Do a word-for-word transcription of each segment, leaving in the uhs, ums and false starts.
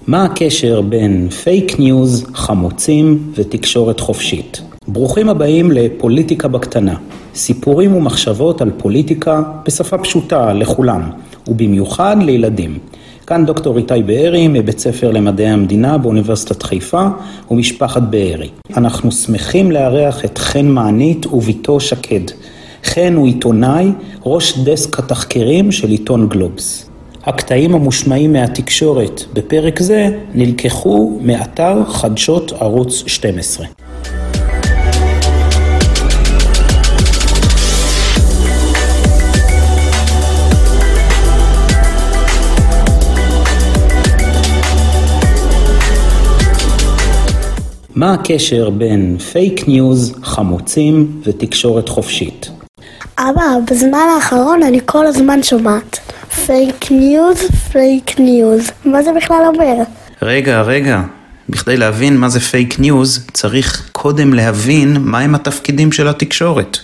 מה הקשר בין פייק ניוז, חמוצים ותקשורת חופשית? ברוכים הבאים לפוליטיקה בקטנה. סיפורים ומחשבות על פוליטיקה בשפה פשוטה לכולם, ובמיוחד לילדים. כאן דוקטור איתי בארי מבית ספר למדעי המדינה באוניברסיטת חיפה ומשפחת בארי. אנחנו שמחים לארח את חן מענית וביתו שקד. חן הוא עיתונאי, ראש דסק התחקירים של עיתון גלובס. הקטעים המושמעים מהתקשורת בפרק זה נלקחו מאתר חדשות ערוץ שתים עשרה. מה הקשר בין פייק ניוז, חמוצים ותקשורת חופשית? אבא, בזמן האחרון אני כל הזמן שומעת פייק ניוז, פייק ניוז. מה זה בכלל אומר? רגע, רגע. בכדי להבין מה זה פייק ניוז, צריך קודם להבין מהם התפקידים של התקשורת.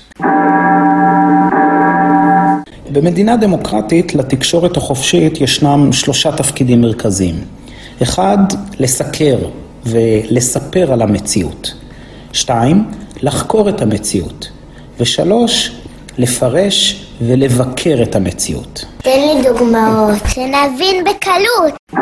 במדינה דמוקרטית לתקשורת החופשית ישנם שלושה תפקידים מרכזיים. אחד, לסקר ולספר על המציאות. שתיים, לחקור את המציאות. ושלוש, לפרש ולבקר את המציאות. תן לי דוגמאות, שנבין בקלות.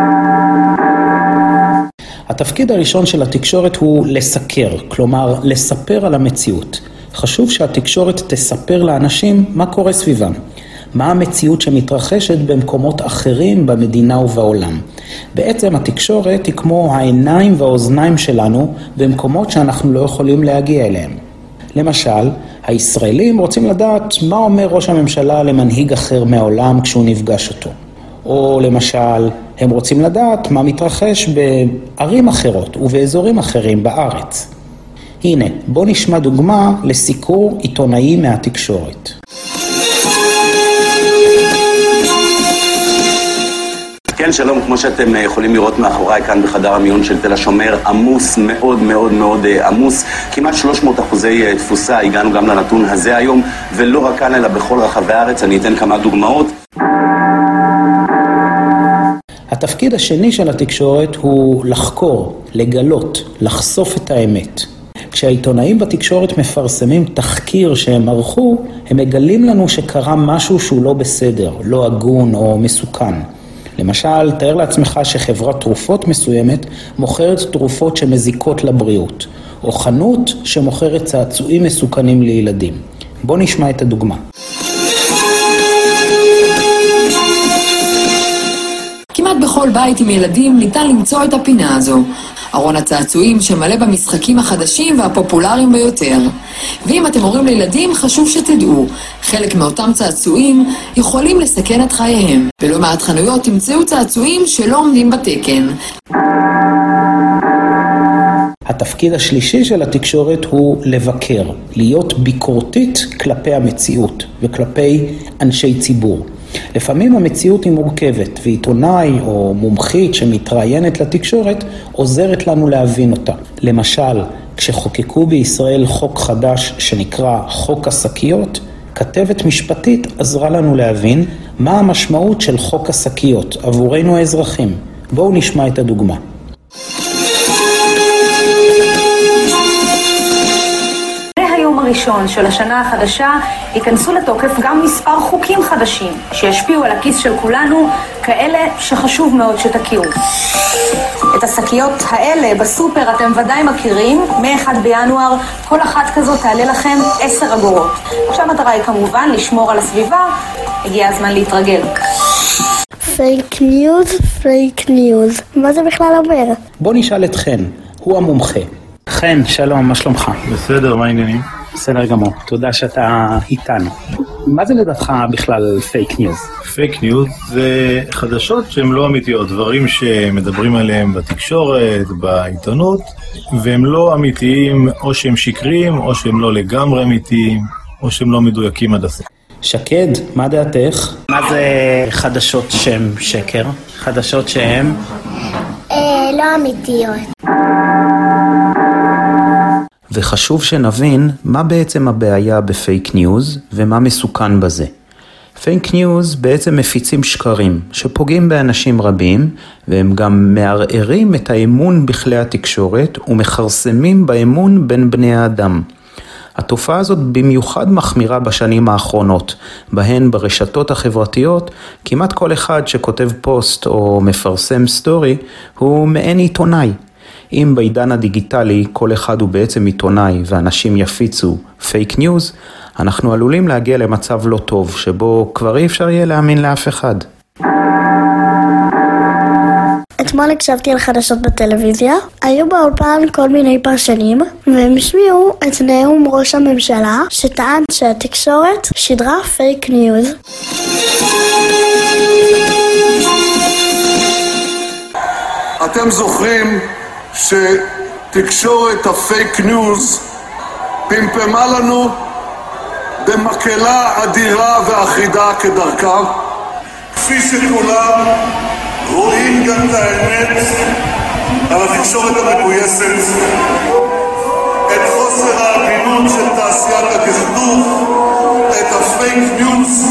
התפקיד הראשון של התקשורת הוא לסקר, כלומר לספר על המציאות. חשוב שהתקשורת תספר לאנשים מה קורה סביבם. מה המציאות שמתרחשת במקומות אחרים במדינה ובעולם. בעצם התקשורת היא כמו העיניים והאוזניים שלנו במקומות שאנחנו לא יכולים להגיע אליהם. למשל, הישראלים רוצים לדעת מה אומר ראש הממשלה למנהיג אחר מהעולם כשהוא נפגש אותו. או למשל, הם רוצים לדעת מה מתרחש בערים אחרות ובאזורים אחרים בארץ. הנה, בוא נשמע דוגמה לסיקור עיתונאי מהתקשורת. כן, שלום, כמו שאתם יכולים לראות מאחוריי כאן בחדר המיון של תל השומר, עמוס מאוד מאוד מאוד עמוס, כמעט שלוש מאות אחוזי תפוסה, הגענו גם לנתון הזה היום, ולא רק כאן אלא בכל רחבי הארץ, אני אתן כמה דוגמאות. התפקיד השני של התקשורת הוא לחקור, לגלות, לחשוף את האמת. כשהעיתונאים בתקשורת מפרסמים תחקיר שהם ערכו, הם מגלים לנו שקרה משהו שהוא לא בסדר, לא הגון או מסוכן. למשל, תאר לעצמך שחברת תרופות מסוימת מוכרת תרופות שמזיקות לבריאות, או חנות שמוכרת צעצועים מסוכנים לילדים. בוא נשמע את הדוגמה. כמעט בכל בית עם ילדים ניתן למצוא את הפינה הזו. ארון הצעצועים שמלא במשחקים החדשים והפופולריים ביותר. ואם אתם הורים לילדים, חשוב שתדעו, חלק מאותם צעצועים יכולים לסכן את חייהם. ולא מעט חנויות תמצאו צעצועים שלא עומדים בתקן. התפקיד השלישי של התקשורת הוא לבקר, להיות ביקורתית כלפי המציאות וכלפי אנשי ציבור. לפעמים המציאות היא מורכבת, ועיתונאי או מומחית שמתראיינת לתקשורת עוזרת לנו להבין אותה. למשל, כשחוקקו בישראל חוק חדש שנקרא חוק השקיות, כתבת משפטית עזרה לנו להבין מה המשמעות של חוק השקיות עבורנו האזרחים. בואו נשמע את הדוגמה. הראשון של השנה החדשה ייכנסו לתוקף גם מספר חוקים חדשים שישפיעו על הכיס של כולנו, כאלה שחשוב מאוד שתכירו. את השקיות האלה בסופר אתם ודאי מכירים, מ-אחד בינואר כל אחת כזאת תעלה לכם עשר אגורות. עכשיו המטרה היא כמובן לשמור על הסביבה, הגיע הזמן להתרגל. פייק ניוז, פייק ניוז. מה זה בכלל אומר? בוא נשאל את חן, הוא המומחה. חן, שלום, מה שלומך? בסדר, מה העניינים? בסדר גמור, תודה שאתה איתנו. מה זה לדעתך בכלל פייק ניוז? פייק ניוז זה חדשות שהן לא אמיתיות, דברים שמדברים עליהם בתקשורת, בעיתונות, והם לא אמיתיים, או שהם שקריים, או שהם לא לגמרי אמיתיים, או שהם לא מדויקים עד הסוף. שקד, מה דעתך? מה זה חדשות שהן שקר? חדשות שהן? אה, לא אמיתיות. וחשוב שנבין מה בעצם הבעיה בפייק ניוז ומה מסוכן בזה. פייק ניוז בעצם מפיצים שקרים שפוגעים באנשים רבים, והם גם מערערים את האמון בכלי התקשורת ומחרסמים באמון בין בני האדם. התופעה הזאת במיוחד מחמירה בשנים האחרונות, בהן ברשתות החברתיות כמעט כל אחד שכותב פוסט או מפרסם סטורי הוא מעין עיתונאי. אם בעידן הדיגיטלי כל אחד הוא בעצם עיתונאי ואנשים יפיצו פייק ניוז, אנחנו עלולים להגיע למצב לא טוב שבו כבר אי אפשר יהיה להאמין לאף אחד. אתמול הקשבתי על חדשות בטלוויזיה, היו באולפן כל מיני פרשנים, והם השמיעו את נאום ראש הממשלה שטען שהתקשורת שידרה פייק ניוז. אתם זוכרים שתקשורת הפייק ניוז פמפמה לנו במקהלה אדירה ואחידה כדרכה? כפי שכולם רואים גם את האמת על התקשורת המגויסת, את חוסר ההגינות של תעשיית הדכדוך, את הפייק ניוז.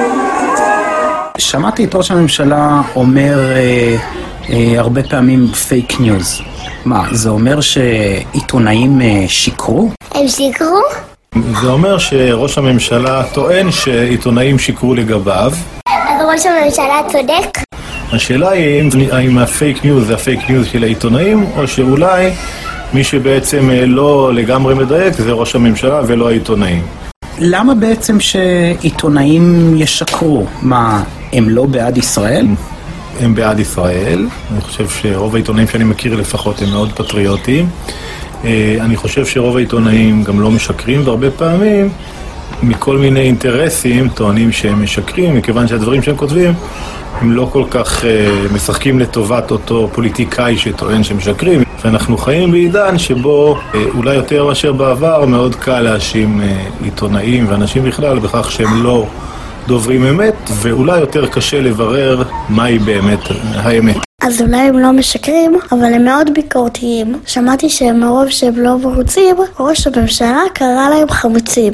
שמעתי את ראש הממשלה אומר אה, אה, הרבה פעמים פייק ניוז. מה, זה אומר שעיתונאים אה, שיקרו? הם שיקרו? זה אומר שראש הממשלה טוען שעיתונאים שיקרו לגביו. אז ראש הממשלה צודק? השאלה היא האם הפייק ניוז זה הפייק ניוז של העיתונאים, או שאולי מי שבעצם לא לגמרי מדייק זה ראש הממשלה ולא העיתונאים. למה בעצם שעיתונאים ישקרו? מה, הם לא בעד ישראל? הם בעד ישראל. אני חושב שרוב העיתונאים שאני מכיר לפחות הם מאוד פטריוטים. אני חושב שרוב העיתונאים גם לא משקרים, והרבה פעמים מכל מיני אינטרסים טוענים שהם משקרים, מכיוון שהדברים שהם כותבים הם לא כל כך uh, משחקים לטובת אותו פוליטיקאי שטוען שמשקרים. ואנחנו חיים בעידן שבו uh, אולי יותר מאשר בעבר מאוד קל להאשים uh, עיתונאים ואנשים בכלל בכך שהם לא דוברים אמת, ואולי יותר קשה לברר מהי באמת האמת. אז אולי הם לא משקרים, אבל הם מאוד ביקורתיים. שמעתי שהם מרוב שהם לא מרוצים, ראש הממשלה קרא להם חמוצים.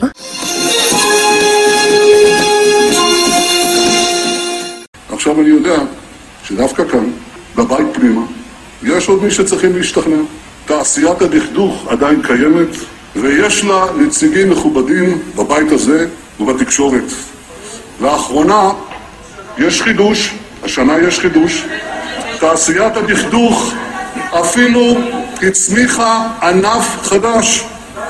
עכשיו אני יודע שדווקא כאן, בבית פנימה, יש עוד מי שצריכים להשתכנע. תעשיית הדכדוך עדיין קיימת, ויש לה נציגים מכובדים בבית הזה ובתקשורת. לאחרונה יש חידוש, השנה יש חידוש, תעשיית הדכדוך אפילו הצמיחה ענף חדש,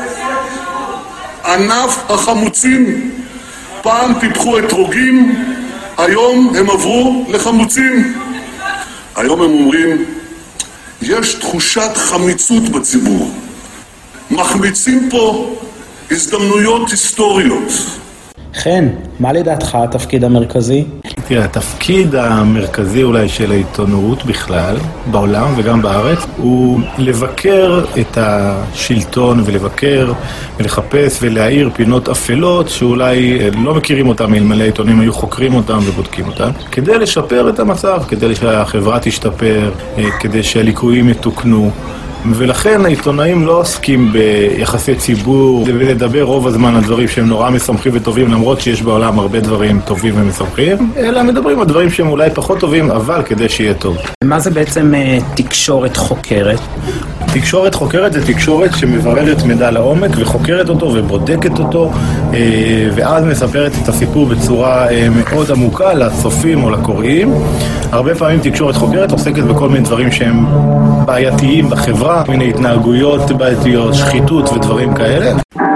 ענף החמוצים. פעם טיפחו אתרוגים, היום הם עברו לחמוצים. היום הם אומרים, יש תחושת חמיצות בציבור, מחמיצים פה הזדמנויות היסטוריות. כן, מה לדעתך התפקיד המרכזי? תראה, התפקיד המרכזי אולי של העיתונות בכלל, בעולם וגם בארץ, הוא לבקר את השלטון ולבקר ולחפש ולהאיר פינות אפלות שאולי לא מכירים אותם, אלמלא העיתונים היו חוקרים אותם ובודקים אותם, כדי לשפר את המצב, כדי שהחברה תשתפר, כדי שהליקויים יתוקנו. ולכן העיתונאים לא עוסקים ביחסי ציבור ולדבר רוב הזמן על דברים שהם נורא משמחים וטובים, למרות שיש בעולם הרבה דברים טובים ומשמחים, אלא מדברים על דברים שהם אולי פחות טובים, אבל כדי שיהיה טוב. מה זה בעצם תקשורת חוקרת? תקשורת חוקרת זה תקשורת שמבררת מידע לעומק וחוקרת אותו ובודקת אותו, ואז מספרת את הסיפור בצורה מאוד עמוקה לצופים או לקוראים. הרבה פעמים תקשורת חוקרת עוסקת בכל מיני דברים שהם בעייתיים בחברה, מיני התנהגויות בעייתיות, שחיתות ודברים כאלה.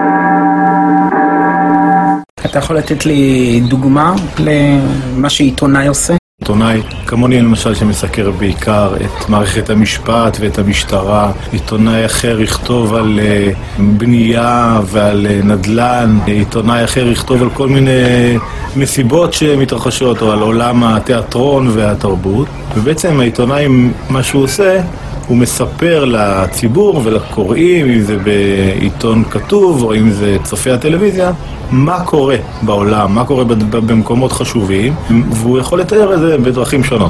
אתה יכול לתת לי דוגמה למה שעיתונאי עושה? עיתונאי, כמוני למשל, שמסקר בעיקר את מערכת המשפט ואת המשטרה. עיתונאי אחר יכתוב על uh, בנייה ועל uh, נדל"ן. עיתונאי אחר יכתוב על כל מיני מסיבות שמתרחשות, או על עולם התיאטרון והתרבות. ובעצם העיתונאי, מה שהוא עושה, הוא מספר לציבור ולקוראים, אם זה בעיתון כתוב או אם זה צופי הטלוויזיה, מה קורה בעולם, מה קורה במקומות חשובים, והוא יכול לתאר את זה בדרכים שונות.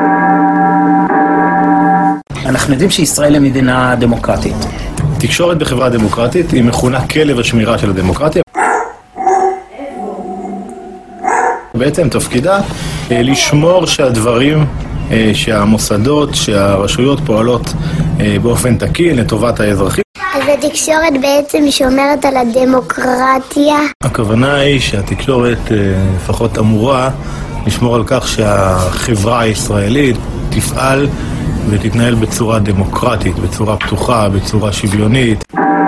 אנחנו יודעים שישראל היא מדינה דמוקרטית. תקשורת בחברה דמוקרטית היא מכונה כלב השמירה של הדמוקרטיה. בעצם תפקידה לשמור שהדברים, שהמוסדות, שהרשויות פועלות באופן תקין לטובת האזרחים. אז התקשורת בעצם שומרת על הדמוקרטיה? הכוונה היא שהתקשורת לפחות אמורה לשמור על כך שהחברה הישראלית תפעל ותתנהל בצורה דמוקרטית, בצורה פתוחה, בצורה שוויונית.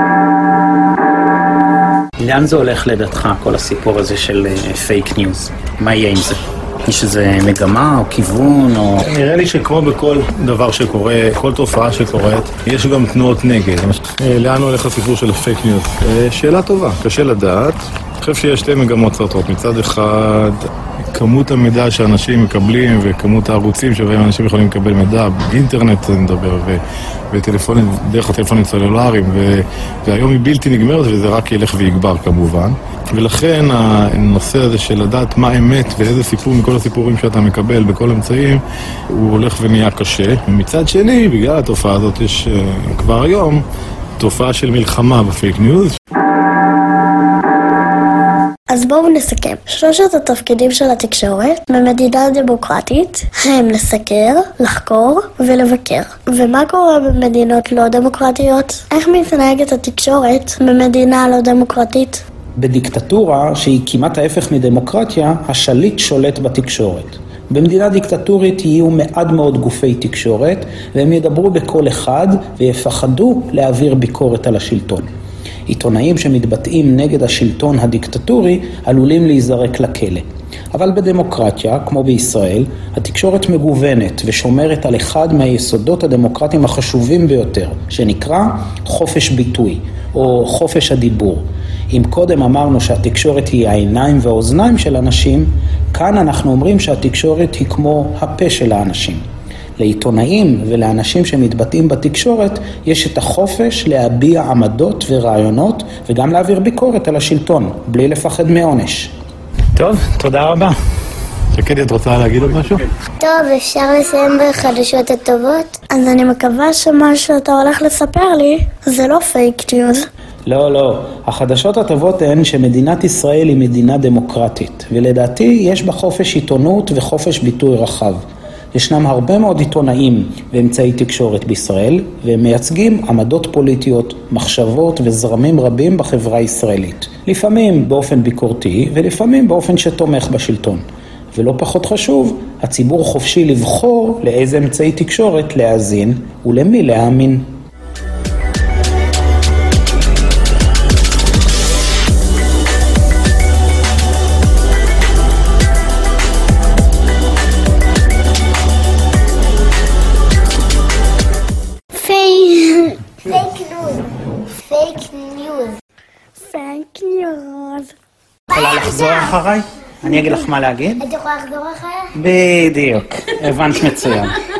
לאן זה הולך לדעתך, כל הסיפור הזה של פייק ניוז? מה יהיה עם זה? יש איזה מגמה או כיוון או... נראה לי שכמו בכל דבר שקורה, כל תופעה שקורית, יש גם תנועות נגד. לאן הולך הסיפור של הפייק ניוז? שאלה טובה, קשה לדעת. אני חושב שיש שתי מגמות סרטות. מצד אחד, כמות המידע שאנשים מקבלים וכמות הערוצים שבהם אנשים יכולים לקבל מידע, באינטרנט נדבר, ו- וטלפונים, דרך הטלפונים סלולריים, ו- והיום היא בלתי נגמרת וזה רק ילך ויגבר כמובן. ולכן הנושא הזה של לדעת מה אמת ואיזה סיפור מכל הסיפורים שאתה מקבל בכל אמצעים, הוא הולך ונהיה קשה. ומצד שני, בגלל התופעה הזאת יש uh, כבר היום תופעה של מלחמה בפייק ניוז. אז בואו נסכם. שלושת התפקידים של התקשורת במדינה דמוקרטית הם לסקר, לחקור ולבקר. ומה קורה במדינות לא דמוקרטיות? איך מתנהגת התקשורת במדינה לא דמוקרטית? בדיקטטורה, שהיא כמעט ההפך מדמוקרטיה, השליט שולט בתקשורת. במדינה דיקטטורית יהיו מעט מאוד גופי תקשורת, והם ידברו בקול אחד ויפחדו להעביר ביקורת על השלטון. עיתונאים שמתבטאים נגד השלטון הדיקטטורי עלולים להיזרק לכלא. אבל בדמוקרטיה, כמו בישראל, התקשורת מגוונת ושומרת על אחד מהיסודות הדמוקרטיים החשובים ביותר, שנקרא חופש ביטוי או חופש הדיבור. אם קודם אמרנו שהתקשורת היא העיניים והאוזניים של אנשים, כאן אנחנו אומרים שהתקשורת היא כמו הפה של האנשים. לעיתונאים ולאנשים שמתבטאים בתקשורת יש את החופש להביע עמדות ורעיונות וגם להעביר ביקורת על השלטון, בלי לפחד מעונש. טוב, תודה רבה. שקד, את רוצה להגיד עוד משהו? טוב, אפשר לסיים בחדשות הטובות? אז אני מקווה שמה שאתה הולך לספר לי זה לא פייק ניוז. לא, לא. החדשות הטובות הן שמדינת ישראל היא מדינה דמוקרטית, ולדעתי יש בה חופש עיתונות וחופש ביטוי רחב. ישנם הרבה מאוד עיתונאים ואמצעי תקשורת בישראל, והם מייצגים עמדות פוליטיות, מחשבות וזרמים רבים בחברה הישראלית. לפעמים באופן ביקורתי ולפעמים באופן שתומך בשלטון. ולא פחות חשוב, הציבור חופשי לבחור לאיזה אמצעי תקשורת להאזין ולמי להאמין. פייק ניוז. יכולה לחזור אחריי? אני אגיד לך מה להגיד? את יכולה לחזור אחריי? בדיוק, הבנת מצוין.